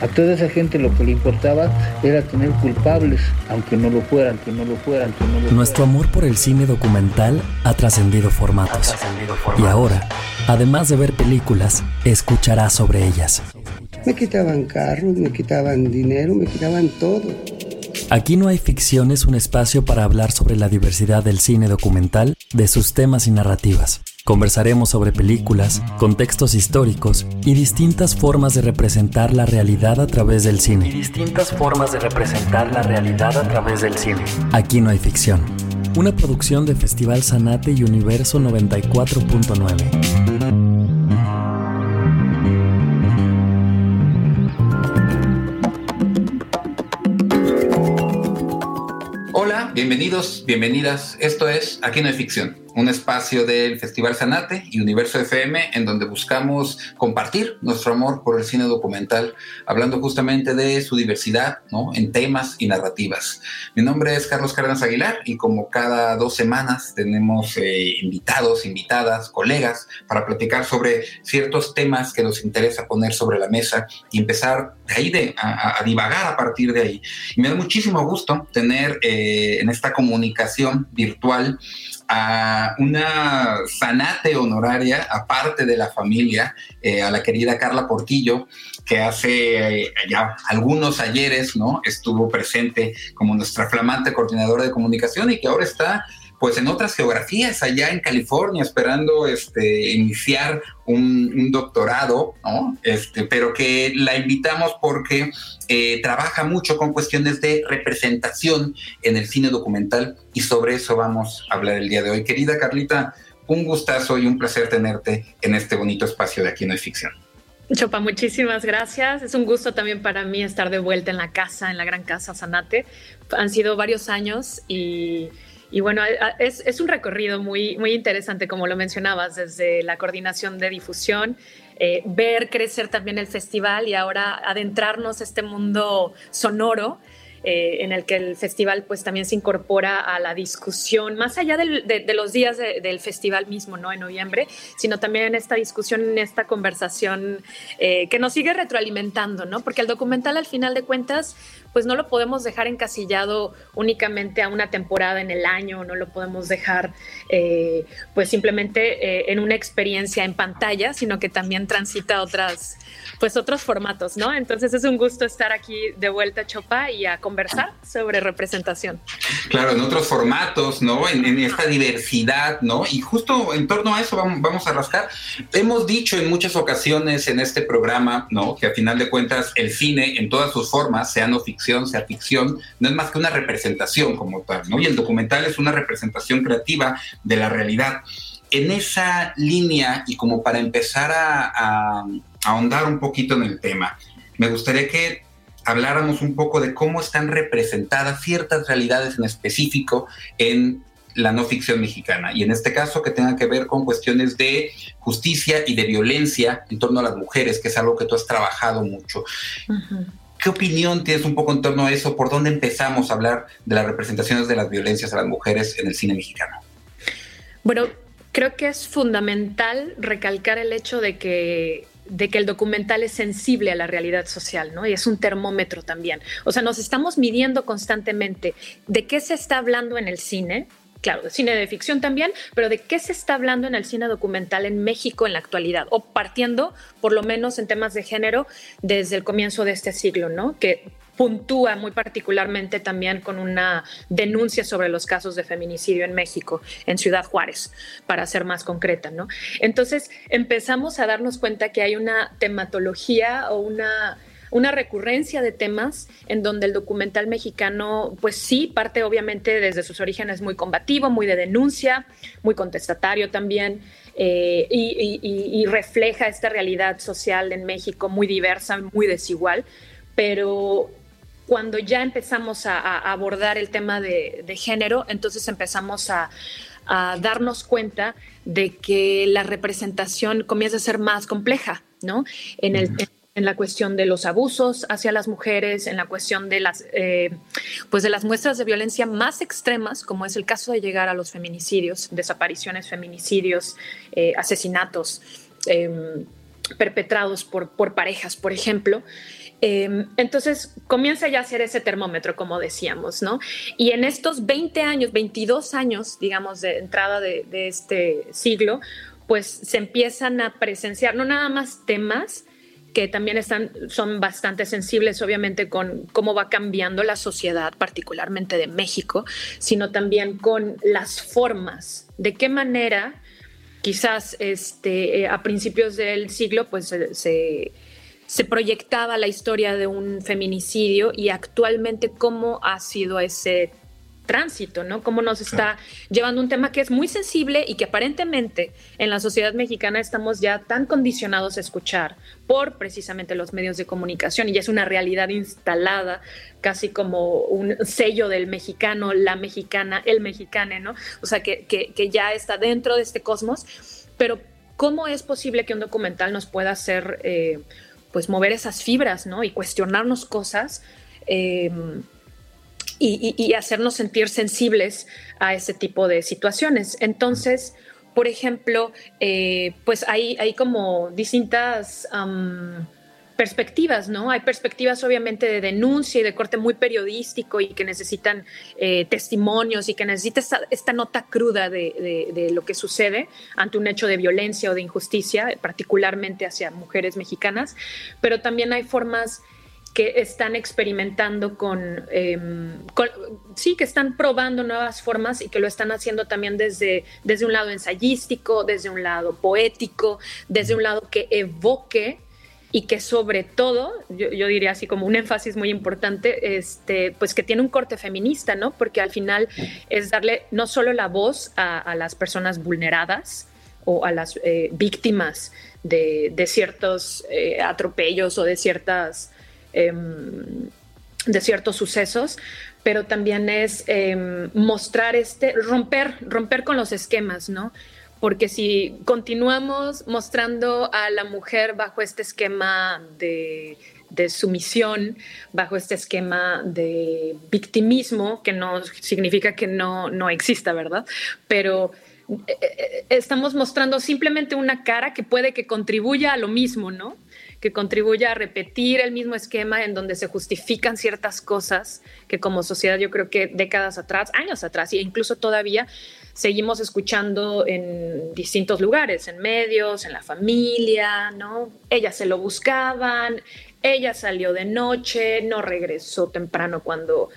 A toda esa gente lo que le importaba era tener culpables, aunque no lo fueran, que no lo fueran, que no lo fueran. Nuestro amor por el cine documental ha trascendido formatos. Y ahora, además de ver películas, escucharás sobre ellas. Me quitaban carros, me quitaban dinero, me quitaban todo. Aquí no hay ficción es un espacio para hablar sobre la diversidad del cine documental, de sus temas y narrativas. Conversaremos sobre películas, contextos históricos y distintas formas de representar la realidad a través del cine. Aquí no hay ficción. Una producción de Festival Zanate y Universo 94.9. Hola, bienvenidos, bienvenidas. Esto es Aquí no hay ficción, un espacio del Festival Zanate y Universo FM en donde buscamos compartir nuestro amor por el cine documental, hablando justamente de su diversidad, ¿no?, en temas y narrativas. Mi nombre es Carlos Cárdenas Aguilar y como cada 2 semanas tenemos invitados, invitadas, colegas para platicar sobre ciertos temas que nos interesa poner sobre la mesa y empezar de ahí a divagar a partir de ahí. Y me da muchísimo gusto tener en esta comunicación virtual a una zanate honoraria, aparte de la familia, a la querida Carla Portillo, que hace ya algunos ayeres, ¿no?, estuvo presente como nuestra flamante coordinadora de comunicación y que ahora está pues en otras geografías allá en California esperando iniciar un doctorado, ¿no? Pero que la invitamos porque trabaja mucho con cuestiones de representación en el cine documental y sobre eso vamos a hablar el día de hoy. Querida Carlita, un gustazo y un placer tenerte en este bonito espacio de Aquí no hay ficción. Chopa, muchísimas gracias. Es un gusto también para mí estar de vuelta en la casa, en la gran casa Zanate. Han sido varios años y bueno, es un recorrido muy, muy interesante, como lo mencionabas, desde la coordinación de difusión, ver crecer también el festival y ahora adentrarnos a este mundo sonoro, en el que el festival pues también se incorpora a la discusión, más allá de los días del festival mismo, ¿no?, en noviembre, sino también en esta discusión, en esta conversación que nos sigue retroalimentando, ¿no? Porque el documental, al final de cuentas, pues no lo podemos dejar encasillado únicamente a una temporada en el año, no lo podemos dejar pues simplemente en una experiencia en pantalla, sino que también transita otros formatos, ¿no? Entonces es un gusto estar aquí de vuelta, Chopa, y a conversar sobre representación. Claro, en otros formatos, ¿no? En esta diversidad, ¿no? Y justo en torno a eso vamos a rascar. Hemos dicho en muchas ocasiones en este programa, ¿no?, que a final de cuentas el cine en todas sus formas, sea no ficción, sea ficción, no es más que una representación como tal, ¿no? Y el documental es una representación creativa de la realidad. En esa línea, y como para empezar a ahondar un poquito en el tema, me gustaría que habláramos un poco de cómo están representadas ciertas realidades en específico en la no ficción mexicana, y en este caso que tenga que ver con cuestiones de justicia y de violencia en torno a las mujeres, que es algo que tú has trabajado mucho. Uh-huh. ¿Qué opinión tienes un poco en torno a eso? ¿Por dónde empezamos a hablar de las representaciones de las violencias a las mujeres en el cine mexicano? Bueno, creo que es fundamental recalcar el hecho de que el documental es sensible a la realidad social, ¿no? Y es un termómetro también. O sea, nos estamos midiendo constantemente de qué se está hablando en el cine, claro, de cine de ficción también, pero de qué se está hablando en el cine documental en México en la actualidad, o partiendo, por lo menos en temas de género, desde el comienzo de este siglo, ¿no? Que puntúa muy particularmente también con una denuncia sobre los casos de feminicidio en México, en Ciudad Juárez, para ser más concreta, ¿no? Entonces empezamos a darnos cuenta que hay una tematología o una recurrencia de temas en donde el documental mexicano, pues sí, parte obviamente desde sus orígenes muy combativo, muy de denuncia, muy contestatario también, y refleja esta realidad social en México muy diversa, muy desigual, pero cuando ya empezamos a abordar el tema de género, entonces empezamos a darnos cuenta de que la representación comienza a ser más compleja, ¿no? En la cuestión de los abusos hacia las mujeres, en la cuestión de las muestras de violencia más extremas, como es el caso de llegar a los feminicidios, desapariciones, feminicidios, asesinatos perpetrados por parejas, por ejemplo. Entonces comienza ya a ser ese termómetro, como decíamos, ¿no? Y en estos 20 años, 22 años, digamos, de entrada de este siglo, pues se empiezan a presenciar no nada más temas que también son bastante sensibles, obviamente, con cómo va cambiando la sociedad, particularmente de México, sino también con las formas, de qué manera quizás a principios del siglo pues se proyectaba la historia de un feminicidio y actualmente cómo ha sido ese tránsito, ¿no? Cómo nos está llevando un tema que es muy sensible y que aparentemente en la sociedad mexicana estamos ya tan condicionados a escuchar por precisamente los medios de comunicación y ya es una realidad instalada, casi como un sello del mexicano, la mexicana, el mexicane, ¿no? O sea, que ya está dentro de este cosmos, pero ¿cómo es posible que un documental nos pueda hacer pues mover esas fibras, ¿no? Y cuestionarnos cosas y hacernos sentir sensibles a ese tipo de situaciones? Entonces, por ejemplo, pues hay como distintas perspectivas, ¿no? Hay perspectivas obviamente de denuncia y de corte muy periodístico y que necesitan testimonios y que necesitan esta nota cruda de lo que sucede ante un hecho de violencia o de injusticia, particularmente hacia mujeres mexicanas, pero también hay formas que están experimentando que están probando nuevas formas y que lo están haciendo también desde un lado ensayístico, desde un lado poético, desde un lado que evoque y que sobre todo, yo diría así como un énfasis muy importante, pues que tiene un corte feminista, ¿no? Porque al final es darle no solo la voz a las personas vulneradas o a las víctimas de ciertos atropellos o de ciertos sucesos, pero también es mostrar romper con los esquemas, ¿no? Porque si continuamos mostrando a la mujer bajo este esquema de sumisión, bajo este esquema de victimismo, que no significa que no exista, ¿verdad? Pero estamos mostrando simplemente una cara que puede que contribuya a lo mismo, ¿no? Que contribuya a repetir el mismo esquema en donde se justifican ciertas cosas que como sociedad yo creo que décadas atrás, años atrás e incluso todavía seguimos escuchando en distintos lugares, en medios, en la familia, ¿no? Ellas se lo buscaban, ella salió de noche, no regresó temprano cuando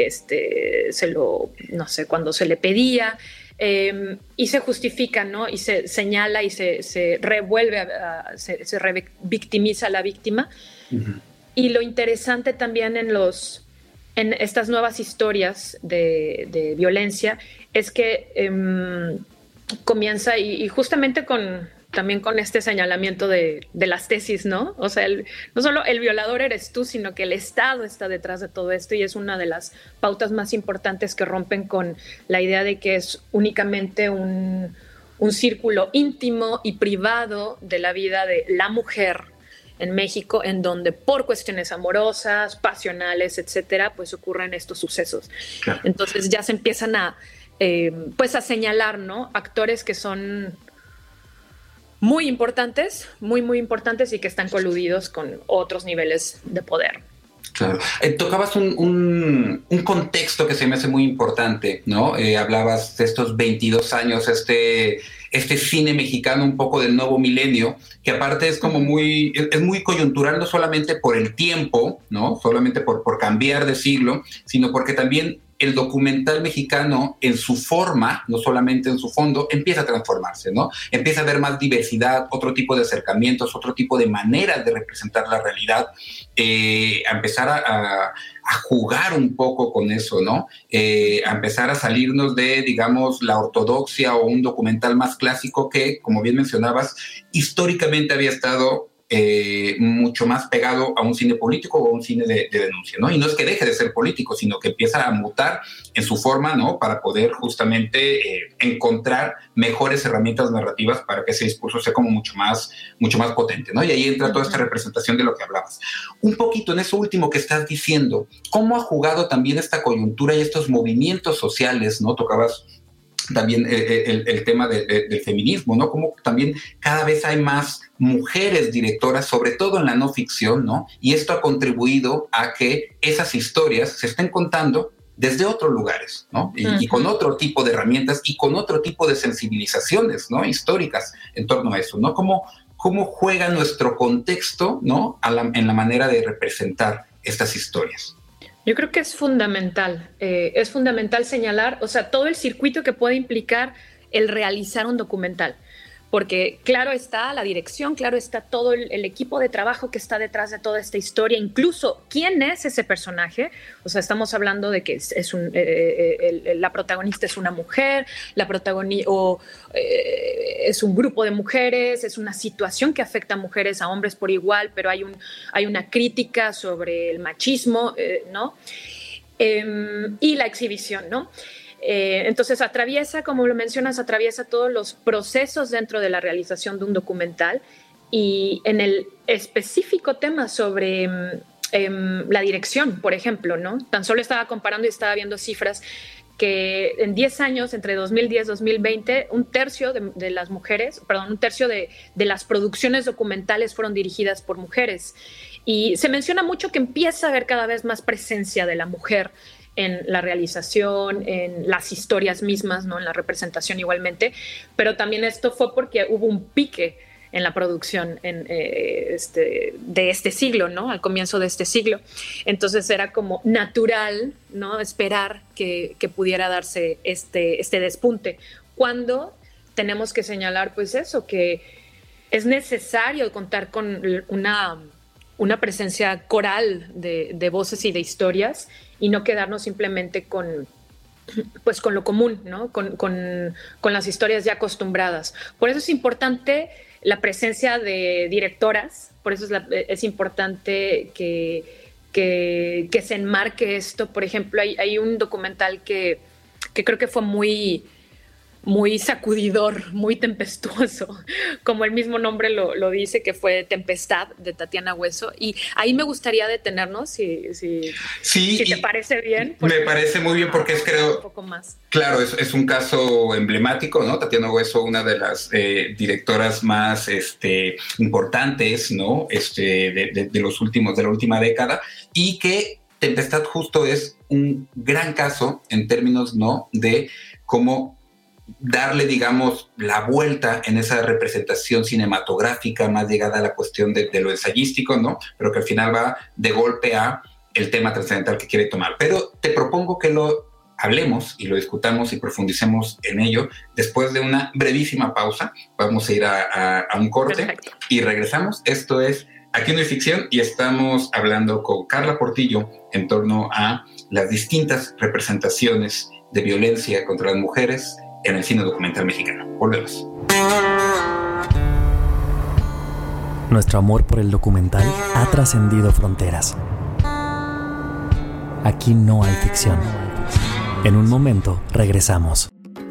cuando se le pedía. Y se justifica, ¿no? Y se señala y se revuelve, se revictimiza a la víctima. Uh-huh. Y lo interesante también en estas nuevas historias de violencia es que comienza y justamente también con este señalamiento de las tesis, ¿no? O sea, no solo el violador eres tú, sino que el Estado está detrás de todo esto y es una de las pautas más importantes que rompen con la idea de que es únicamente un círculo íntimo y privado de la vida de la mujer en México, en donde por cuestiones amorosas, pasionales, etcétera, pues ocurren estos sucesos. Claro. Entonces ya se empiezan a señalar, ¿no? Actores que son muy importantes, muy importantes y que están coludidos con otros niveles de poder. Claro. Tocabas un contexto que se me hace muy importante, ¿no? Hablabas de estos 22 años, este cine mexicano un poco del nuevo milenio, que aparte es como muy coyuntural, no solamente por el tiempo, ¿no? Solamente por cambiar de siglo, sino porque también el documental mexicano en su forma, no solamente en su fondo, empieza a transformarse, ¿no? Empieza a haber más diversidad, otro tipo de acercamientos, otro tipo de maneras de representar la realidad, a empezar a jugar un poco con eso, ¿no? A empezar a salirnos de, digamos, la ortodoxia o un documental más clásico que, como bien mencionabas, históricamente había estado mucho más pegado a un cine político o a un cine de denuncia, ¿no? Y no es que deje de ser político, sino que empieza a mutar en su forma, ¿no? Para poder justamente encontrar mejores herramientas narrativas para que ese discurso sea como mucho más potente, ¿no? Y ahí entra toda esta representación de lo que hablabas. Un poquito en eso último que estás diciendo, ¿cómo ha jugado también esta coyuntura y estos movimientos sociales, ¿no? Tocabas también el tema del feminismo, ¿no? Como también cada vez hay más mujeres directoras, sobre todo en la no ficción, ¿no? Y esto ha contribuido a que esas historias se estén contando desde otros lugares, ¿no? Y con otro tipo de herramientas y con otro tipo de sensibilizaciones, ¿no? Históricas en torno a eso, ¿no? Cómo juega nuestro contexto, ¿no? En la manera de representar estas historias. Yo creo que es fundamental señalar, o sea, todo el circuito que puede implicar el realizar un documental, porque claro está la dirección, claro está todo el equipo de trabajo que está detrás de toda esta historia, incluso quién es ese personaje. O sea, estamos hablando de que la protagonista es una mujer, es un grupo de mujeres, es una situación que afecta a mujeres, a hombres por igual, pero hay una crítica sobre el machismo, ¿no? Y la exhibición, ¿no? Entonces atraviesa, como lo mencionas, atraviesa todos los procesos dentro de la realización de un documental, y en el específico tema sobre la dirección, por ejemplo, ¿no? Tan solo estaba comparando y estaba viendo cifras que en 10 años, entre 2010 y 2020, un tercio de las producciones documentales fueron dirigidas por mujeres. Y se menciona mucho que empieza a haber cada vez más presencia de la mujer en la realización, en las historias mismas, ¿no? En la representación igualmente, pero también esto fue porque hubo un pique en la producción de este siglo, ¿no? Al comienzo de este siglo. Entonces era como natural, ¿no? Esperar que pudiera darse este despunte, cuando tenemos que señalar, pues eso, que es necesario contar con una presencia coral de voces y de historias, y no quedarnos simplemente con lo común, ¿no? Con las historias ya acostumbradas. Por eso es importante la presencia de directoras, por eso es importante que se enmarque esto. Por ejemplo, hay un documental que creo que fue muy sacudidor, muy tempestuoso, como el mismo nombre lo dice, que fue Tempestad, de Tatiana Hueso. Y ahí me gustaría detenernos, si te parece bien. Me parece muy bien, porque creo, un poco más. Claro, es un caso emblemático, ¿no? Tatiana Hueso, una de las directoras más importantes, ¿no? De la última década, y que Tempestad justo es un gran caso en términos, ¿no? De cómo darle, digamos, la vuelta en esa representación cinematográfica más llegada a la cuestión de lo ensayístico, ¿no? Pero que al final va de golpe a el tema trascendental que quiere tomar. Pero te propongo que lo hablemos y lo discutamos y profundicemos en ello después de una brevísima pausa. Vamos a ir a un corte. Perfecto. Y regresamos. Esto es Aquí no hay ficción, y estamos hablando con Carla Portillo en torno a las distintas representaciones de violencia contra las mujeres en el cine documental mexicano. Volvemos. Nuestro amor por el documental ha trascendido fronteras. Aquí no hay ficción. En un momento regresamos.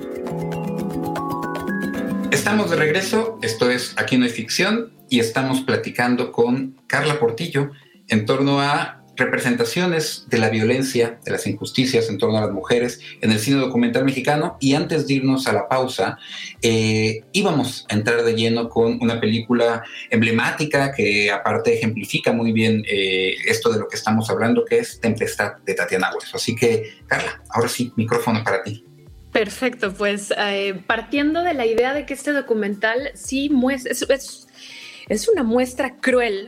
Estamos de regreso. Esto es Aquí no hay ficción, y estamos platicando con Carla Portillo en torno a representaciones de la violencia, de las injusticias en torno a las mujeres en el cine documental mexicano. Y antes de irnos a la pausa, íbamos a entrar de lleno con una película emblemática que aparte ejemplifica muy bien esto de lo que estamos hablando, que es Tempestad, de Tatiana Hueso. Así que, Carla, ahora sí, micrófono para ti. Perfecto, pues partiendo de la idea de que este documental sí es una muestra cruel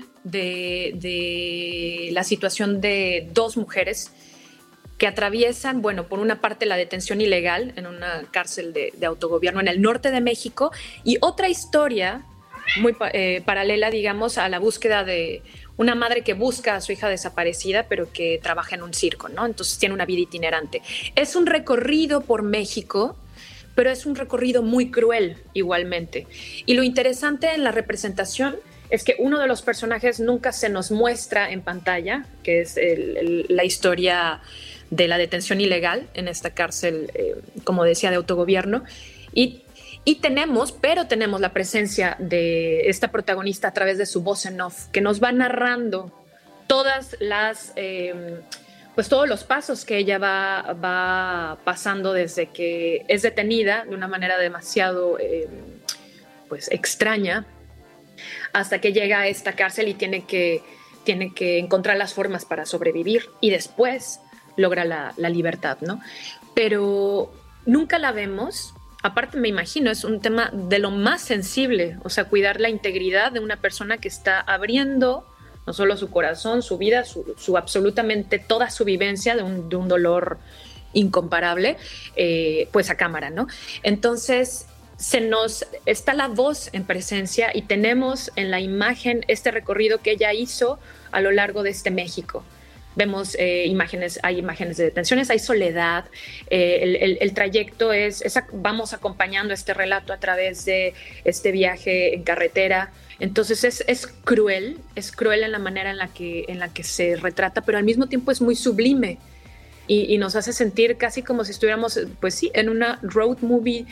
de la situación de dos mujeres que atraviesan, bueno, por una parte la detención ilegal en una cárcel de autogobierno en el norte de México, y otra historia muy paralela, digamos, a la búsqueda de una madre que busca a su hija desaparecida, pero que trabaja en un circo, ¿no? Entonces tiene una vida itinerante. Es un recorrido por México, pero es un recorrido muy cruel igualmente. Y lo interesante en la representación es que uno de los personajes nunca se nos muestra en pantalla, que es la historia de la detención ilegal en esta cárcel, como decía, de autogobierno. Y tenemos la presencia de esta protagonista a través de su voz en off, que nos va narrando todas las pues todos los pasos que ella va pasando desde que es detenida de una manera demasiado pues extraña hasta que llega a esta cárcel y tiene que encontrar las formas para sobrevivir y después logra la libertad, ¿no? Pero nunca la vemos. Aparte, me imagino, es un tema de lo más sensible, o sea, cuidar la integridad de una persona que está abriendo no solo su corazón, su vida, su absolutamente toda su vivencia de un dolor incomparable, pues a cámara, ¿no? Entonces, está la voz en presencia y tenemos en la imagen este recorrido que ella hizo a lo largo de este México. Vemos hay imágenes de detenciones, hay soledad, el trayecto vamos acompañando este relato a través de este viaje en carretera. Entonces es cruel en la manera en la que se retrata, pero al mismo tiempo es muy sublime y nos hace sentir casi como si estuviéramos, pues sí, en una road movie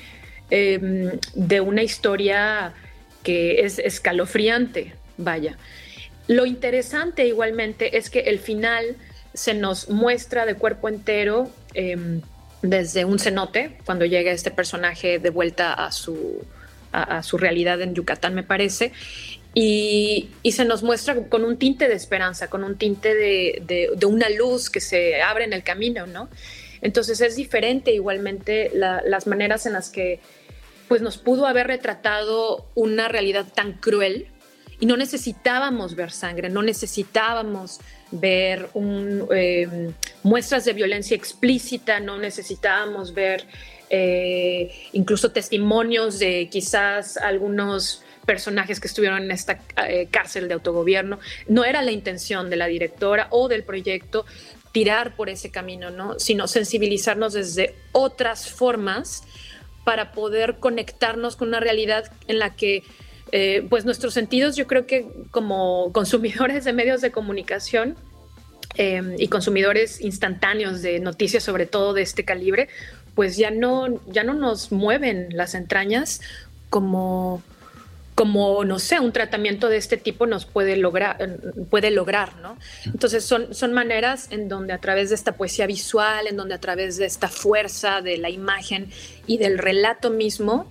de una historia que es escalofriante, vaya. Lo interesante igualmente es que el final se nos muestra de cuerpo entero desde un cenote, cuando llega este personaje de vuelta a su realidad en Yucatán, me parece, y se nos muestra con un tinte de esperanza, con un tinte de una luz que se abre en el camino, ¿no? Entonces es diferente igualmente las maneras en las que pues, nos pudo haber retratado una realidad tan cruel. Y no necesitábamos ver sangre, no necesitábamos ver muestras de violencia explícita, no necesitábamos ver incluso testimonios de quizás algunos personajes que estuvieron en esta cárcel de autogobierno. No era la intención de la directora o del proyecto tirar por ese camino, ¿no? Sino sensibilizarnos desde otras formas para poder conectarnos con una realidad en la que pues nuestros sentidos, yo creo que como consumidores de medios de comunicación y consumidores instantáneos de noticias, sobre todo de este calibre, pues ya no nos mueven las entrañas como no sé, un tratamiento de este tipo nos puede lograr, ¿no? Entonces son maneras en donde a través de esta poesía visual, en donde a través de esta fuerza de la imagen y del relato mismo,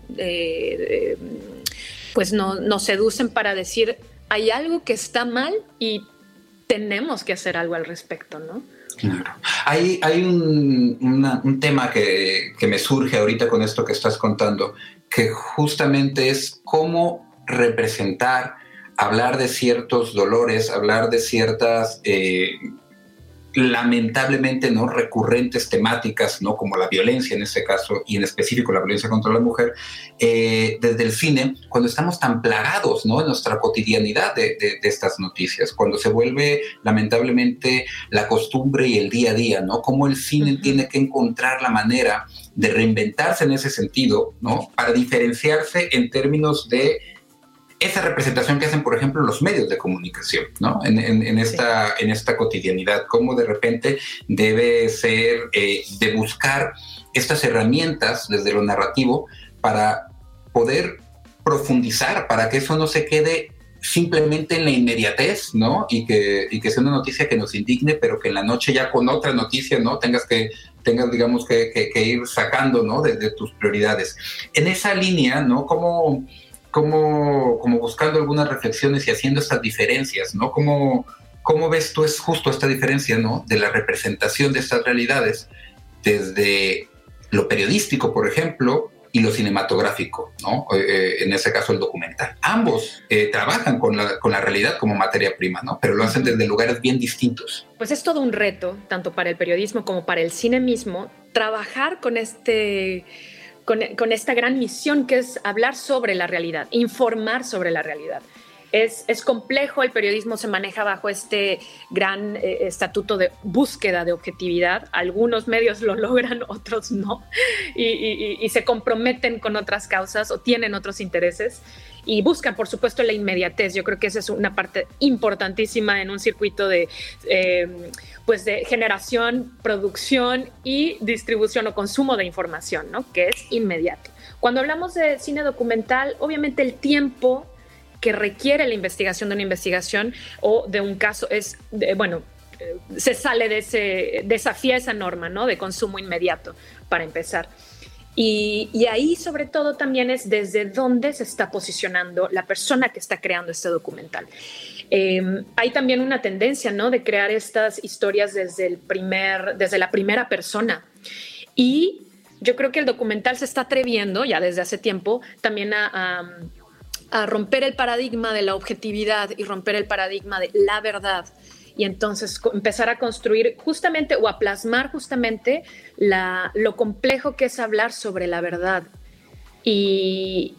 pues nos seducen para decir, hay algo que está mal y tenemos que hacer algo al respecto, ¿no? Claro. Hay un tema que me surge ahorita con esto que estás contando, que justamente es cómo representar, hablar de ciertos dolores, hablar de ciertas lamentablemente no recurrentes temáticas, no, como la violencia en este caso, y en específico la violencia contra la mujer, desde el cine, cuando estamos tan plagados, ¿no?, en nuestra cotidianidad de estas noticias, cuando se vuelve lamentablemente la costumbre y el día a día, ¿no? Cómo el cine tiene que encontrar la manera de reinventarse en ese sentido, ¿no?, para diferenciarse en términos de esa representación que hacen, por ejemplo, los medios de comunicación, ¿no? En esta cotidianidad, cómo de repente debe ser de buscar estas herramientas desde lo narrativo para poder profundizar, para que eso no se quede simplemente en la inmediatez, ¿no? Y que sea una noticia que nos indigne, pero que en la noche ya con otra noticia, ¿no?, tengas digamos que ir sacando, ¿no?, de tus prioridades. En esa línea, ¿no?, como buscando algunas reflexiones y haciendo estas diferencias, ¿no? ¿Cómo ves tú justo esta diferencia, ¿no?, de la representación de estas realidades desde lo periodístico, por ejemplo, y lo cinematográfico, ¿no? En ese caso el documental. Ambos trabajan con la realidad como materia prima, ¿no? Pero lo hacen desde lugares bien distintos. Pues es todo un reto, tanto para el periodismo como para el cine mismo, trabajar con esta gran misión que es hablar sobre la realidad, informar sobre la realidad. Es complejo, el periodismo se maneja bajo este gran estatuto de búsqueda de objetividad. Algunos medios lo logran, otros no, y se comprometen con otras causas o tienen otros intereses y buscan, por supuesto, la inmediatez. Yo creo que esa es una parte importantísima en un circuito de generación, producción y distribución o consumo de información, ¿no?, que es inmediato. Cuando hablamos de cine documental, obviamente el tiempo que requiere la investigación de una investigación o de un caso es se sale desafía esa norma, ¿no? De consumo inmediato, para empezar. Y ahí sobre todo también es desde dónde se está posicionando la persona que está creando este documental. Hay también una tendencia, ¿no?, de crear estas historias desde la primera persona. Y yo creo que el documental se está atreviendo, ya desde hace tiempo, también a romper el paradigma de la objetividad y romper el paradigma de la verdad. Y entonces empezar a construir justamente o a plasmar justamente lo complejo que es hablar sobre la verdad. Y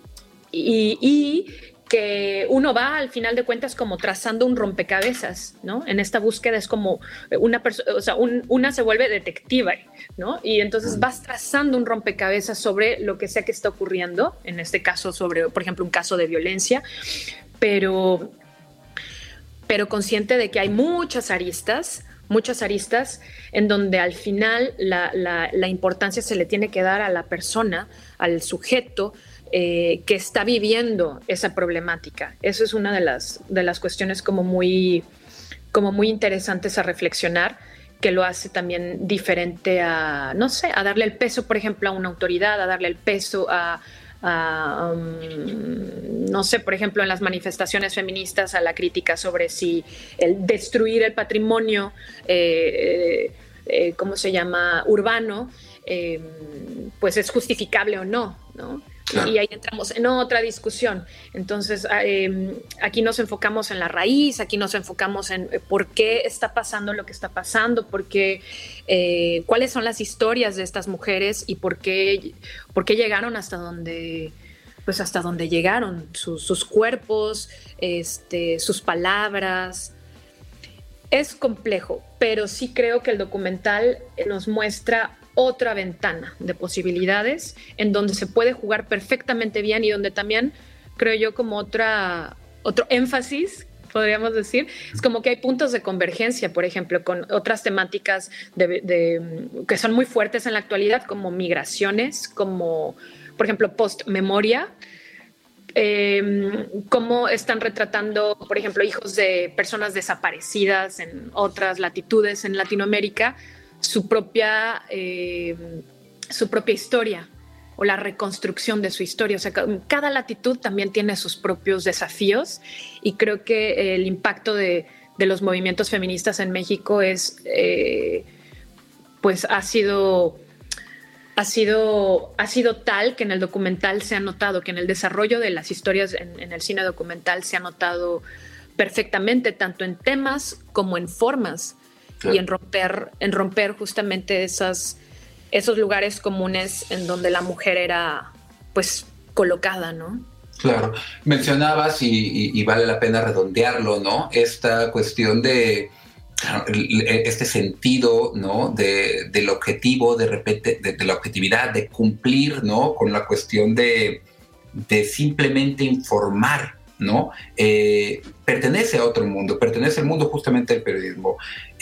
que uno va al final de cuentas como trazando un rompecabezas, ¿no? En esta búsqueda es como una se vuelve detectiva, ¿no? Y entonces vas trazando un rompecabezas sobre lo que sea que está ocurriendo, en este caso sobre, por ejemplo, un caso de violencia, pero consciente de que hay muchas aristas en donde al final la importancia se le tiene que dar a la persona, al sujeto, que está viviendo esa problemática. Eso es una de las cuestiones como muy interesantes a reflexionar, que lo hace también diferente a darle el peso, por ejemplo, a una autoridad, a darle el peso por ejemplo, en las manifestaciones feministas, a la crítica sobre si el destruir el patrimonio, urbano, pues es justificable o no, ¿no? Claro. Y ahí entramos en otra discusión. Entonces, aquí nos enfocamos en la raíz, aquí nos enfocamos en por qué está pasando lo que está pasando, cuáles son las historias de estas mujeres y por qué llegaron hasta donde llegaron, sus cuerpos, sus palabras. Es complejo, pero sí creo que el documental nos muestra otra ventana de posibilidades en donde se puede jugar perfectamente bien y donde también creo yo como otro énfasis, podríamos decir, es como que hay puntos de convergencia, por ejemplo, con otras temáticas que son muy fuertes en la actualidad, como migraciones, como por ejemplo post-memoria, cómo están retratando, por ejemplo, hijos de personas desaparecidas en otras latitudes en Latinoamérica, su propia historia o la reconstrucción de su historia. O sea, cada latitud también tiene sus propios desafíos y creo que el impacto de los movimientos feministas en México ha sido tal que en el documental se ha notado, que en el desarrollo de las historias en el cine documental se ha notado perfectamente, tanto en temas como en formas. Claro. Y en romper justamente esos lugares comunes en donde la mujer era pues colocada, ¿no? Claro, mencionabas y vale la pena redondearlo, ¿no? Esta cuestión de este sentido, ¿no? Del objetivo, de repente, de la objetividad, de cumplir, ¿no? Con la cuestión de simplemente informar, ¿no? Pertenece a otro mundo, pertenece al mundo justamente del periodismo.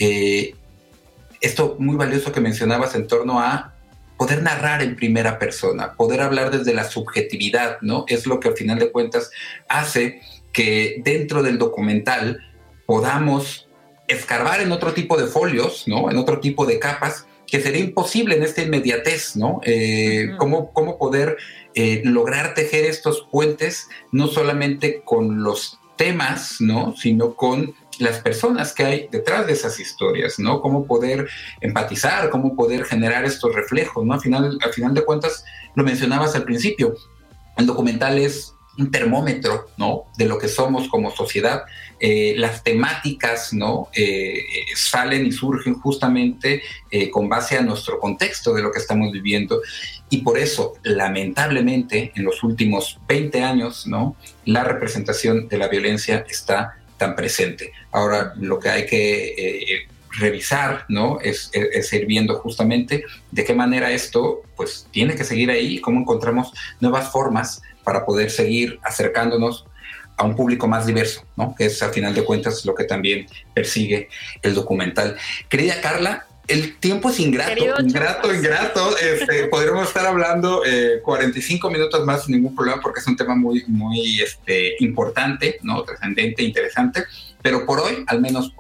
Esto muy valioso que mencionabas en torno a poder narrar en primera persona, poder hablar desde la subjetividad, ¿no? Es lo que al final de cuentas hace que dentro del documental podamos escarbar en otro tipo de folios, ¿no? En otro tipo de capas, que sería imposible en esta inmediatez, ¿no? Cómo poder lograr tejer estos puentes, no solamente con los temas, ¿no? Sino con las personas que hay detrás de esas historias, ¿no? Cómo poder empatizar, cómo poder generar estos reflejos, ¿no? Al final de cuentas, lo mencionabas al principio, el documental es un termómetro, ¿no? De lo que somos como sociedad. Las temáticas, ¿no? Salen y surgen justamente con base a nuestro contexto de lo que estamos viviendo. Y por eso, lamentablemente, en los últimos 20 años, ¿no? La representación de la violencia está tan presente. Ahora, lo que hay que revisar, ¿no? Es ir viendo justamente de qué manera esto pues tiene que seguir ahí y cómo encontramos nuevas formas para poder seguir acercándonos a un público más diverso, ¿no? Que es, al final de cuentas, lo que también persigue el documental. Querida Carla, el tiempo es ingrato. Podríamos estar hablando 45 minutos más sin ningún problema, porque es un tema muy importante, ¿no? Trascendente, interesante. Pero por hoy, al menos por hoy,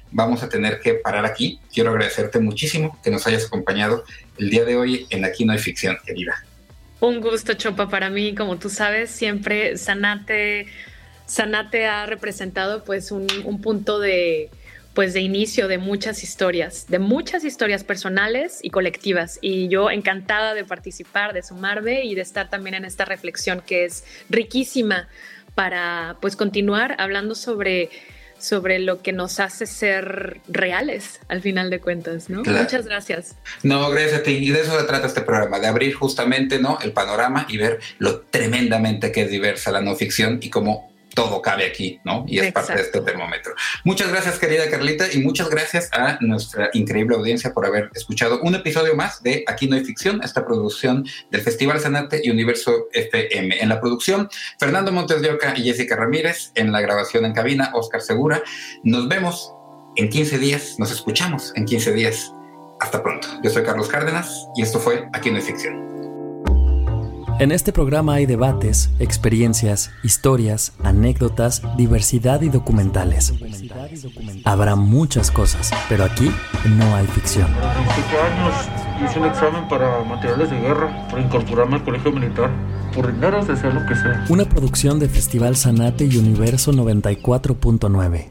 vamos a tener que parar aquí. Quiero agradecerte muchísimo que nos hayas acompañado el día de hoy en Aquí no hay ficción, querida. Un gusto, Chopa, para mí. Como tú sabes, siempre Sanate ha representado pues un punto de inicio de muchas historias personales y colectivas. Y yo encantada de participar, de sumarme y de estar también en esta reflexión que es riquísima para pues continuar hablando sobre lo que nos hace ser reales al final de cuentas, ¿no? Claro. Muchas gracias. No, gracias a ti. Y de eso se trata este programa, de abrir justamente, ¿no?, el panorama y ver lo tremendamente que es diversa la no ficción y cómo todo cabe aquí, ¿no? Y es Exacto. Parte de este termómetro. Muchas gracias, querida Carlita, y muchas gracias a nuestra increíble audiencia por haber escuchado un episodio más de Aquí no hay ficción, esta producción del Festival Sanate y Universo FM. En la producción, Fernando Montes de Oca y Jessica Ramírez. En la grabación en cabina, Oscar Segura. Nos vemos en 15 días, nos escuchamos en 15 días. Hasta pronto. Yo soy Carlos Cárdenas y esto fue Aquí no hay ficción. En este programa hay debates, experiencias, historias, anécdotas, diversidad y documentales. Habrá muchas cosas, pero aquí no hay ficción. A los 25 años hice el examen para materiales de guerra, para incorporarme al colegio militar. Por dinero se sea lo que sea. Una producción de Festival Sanate y Universo 94.9.